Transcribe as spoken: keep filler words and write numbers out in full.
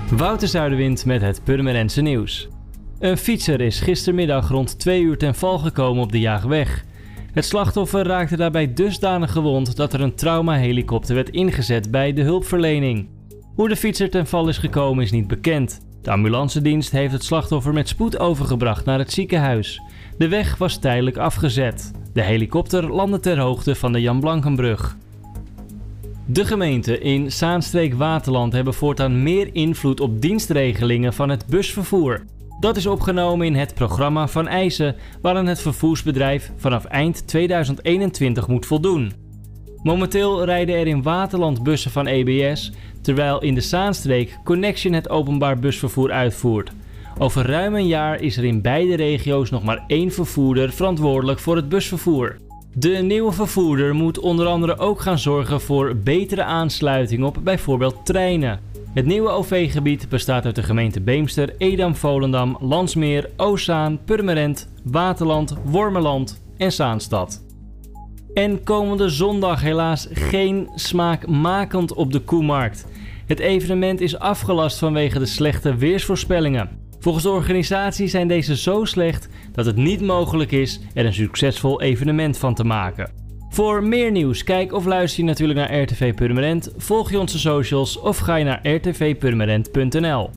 Wouter Zuiderwind met het Purmerendse nieuws. Een fietser is gistermiddag rond twee uur ten val gekomen op de Jaagweg. Het slachtoffer raakte daarbij dusdanig gewond dat er een traumahelikopter werd ingezet bij de hulpverlening. Hoe de fietser ten val is gekomen is niet bekend. De ambulancedienst heeft het slachtoffer met spoed overgebracht naar het ziekenhuis. De weg was tijdelijk afgezet. De helikopter landde ter hoogte van de Jan Blankenbrug. De gemeenten in Zaanstreek-Waterland hebben voortaan meer invloed op dienstregelingen van het busvervoer. Dat is opgenomen in het programma Van Eijsen, waaraan het vervoersbedrijf vanaf eind tweeduizend eenentwintig moet voldoen. Momenteel rijden er in Waterland bussen van E B S, terwijl in de Zaanstreek Connection het openbaar busvervoer uitvoert. Over ruim een jaar is er in beide regio's nog maar één vervoerder verantwoordelijk voor het busvervoer. De nieuwe vervoerder moet onder andere ook gaan zorgen voor betere aansluiting op bijvoorbeeld treinen. Het nieuwe O V-gebied bestaat uit de gemeenten Beemster, Edam, Volendam, Landsmeer, Oostzaan, Purmerend, Waterland, Wormerland en Zaanstad. En komende zondag helaas geen smaakmakend op de Koemarkt. Het evenement is afgelast vanwege de slechte weersvoorspellingen. Volgens de organisatie zijn deze zo slecht dat het niet mogelijk is er een succesvol evenement van te maken. Voor meer nieuws, kijk of luister je natuurlijk naar R T V Purmerend, volg je onze socials of ga je naar r t v purmerend punt n l.